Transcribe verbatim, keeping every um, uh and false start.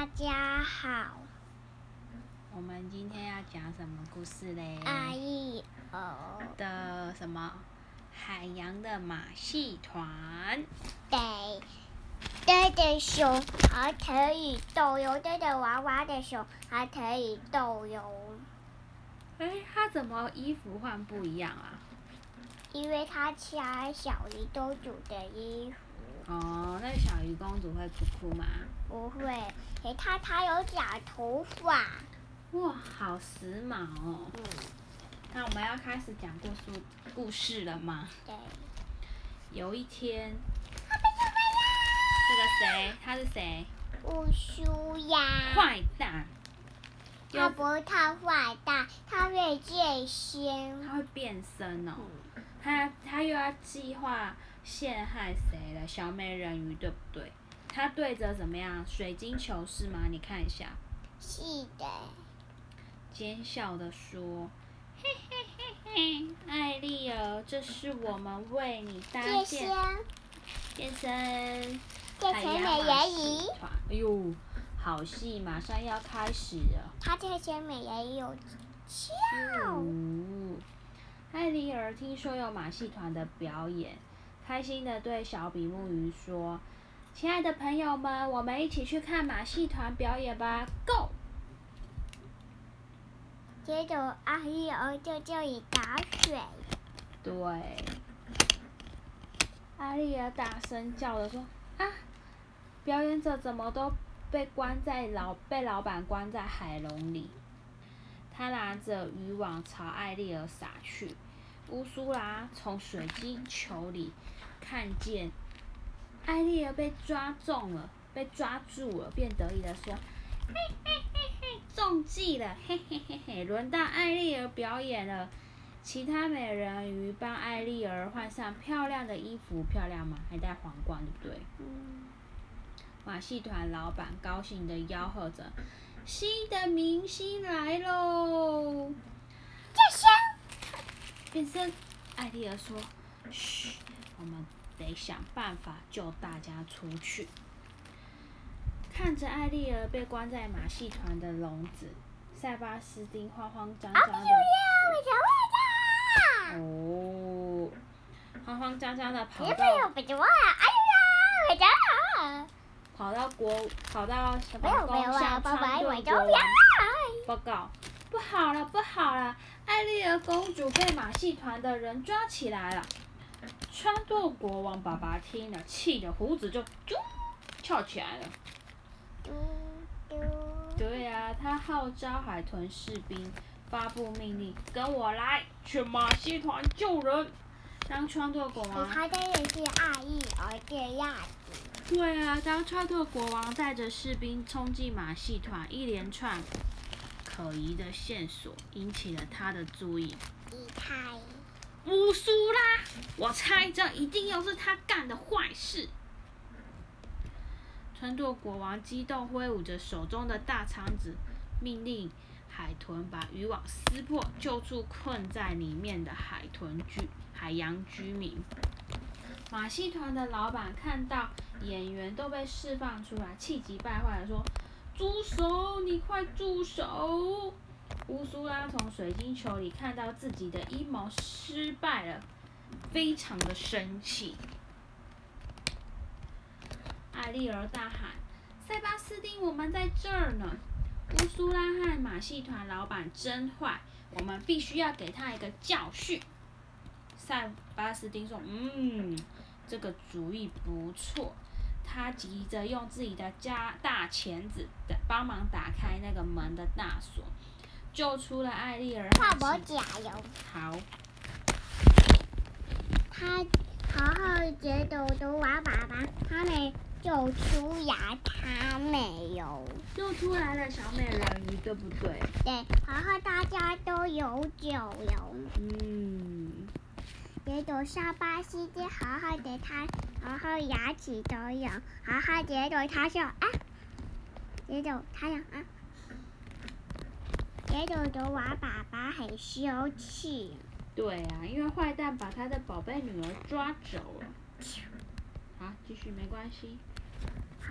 大家好， 我们今天要讲什么故事嘞？ 阿姨哦的什么？海洋的马戏团。 对，对着熊还可以逗留，对着娃娃的熊还可以逗留。 哎，他怎么衣服换不一样啊？ 因为他穿小鱼公主的衣服。 哦，那小鱼公主会哭哭吗？ 不会，诶，她她有假头发。 哇，好时髦哦！ 嗯， 那我们要开始讲故事故事了吗？ 对。 有一天， 他被救回来。 这个谁？他是谁？ 乌苏呀。 坏蛋。 他不是他坏蛋，他会变身。 他会变身哦。 嗯、 他他又要计划陷害谁了？小美人鱼对不对？他对着怎么样？水晶球是吗？你看一下。 是的。 奸笑的说：“嘿嘿嘿嘿，艾丽儿，这是我们为你搭建健身海洋马戏团。哎呦，好戏马上要开始了。 他这些美人有笑。 哦，艾丽儿听说有马戏团的表演，开心的对小比目鱼说：“亲爱的朋友们，我们一起去看马戏团表演吧 ，Go！” 接着艾丽儿在这里打水。 对，艾丽儿大声叫着说：“啊，表演者怎么都被关在老被老板关在海笼里？”他拿着渔网朝艾丽儿撒去。乌苏拉从水晶球里看见艾丽儿被抓中了，被抓住了，便得意地说：“嘿嘿嘿嘿，中计了，嘿嘿嘿嘿，轮到艾丽儿表演了。”其他美人鱼帮艾丽儿换上漂亮的衣服，漂亮吗？还戴皇冠，对不对？ 嗯。 马戏团老板高兴地吆喝着：“新的明星来喽！” 变身！ 变身！艾丽儿说：“嘘，我们得想办法救大家出去。”看着艾丽儿被关在马戏团的笼子，塞巴斯汀慌慌张张的。哦，慌慌张张的跑到，跑到国，跑到皇宫向川顿国王报告：“不好了，不好了！艾丽儿公主被马戏团的人抓起来了。”川顿国王爸爸听了，气得胡子就啾翘起来了。对呀、啊，他号召海豚士兵。发布命令，跟我来，去马戏团救人。当川顿国王， 他真的是爱意而这样子。 对啊，当川顿国王带着士兵冲进马戏团，一连串可疑的线索引起了他的注意。 一猜。 乌苏拉，我猜这一定又是他干的坏事。川顿国王激动挥舞着手中的大肠子，命令海豚把渔网撕破，救出困在里面的海豚居海洋居民。马戏团的老板看到演员都被释放出来，气急败坏地说：“住手！你快住手！”乌苏拉从水晶球里看到自己的阴谋失败了，非常的生气。艾丽儿大喊：“塞巴斯汀，我们在这儿呢！”乌苏拉和马戏团老板真坏，我们必须要给他一个教训。塞巴斯汀说：“嗯，这个主意不错。”他急着用自己的加大钳子帮忙打开那个门的大锁，救出了艾丽儿。 换我加油！ 好。 他好好觉得我的娃爸爸，他们救出来，他没有。 救出来了小美人鱼，对不对？ 对，然后大家都有酒了。 嗯。 结果沙巴西丁好好的他，然后牙齿都有，然后结果他说啊，结果他说啊，结果的娃爸爸很生气。 对啊，因为坏蛋把他的宝贝女儿抓走了。好，继续没关系。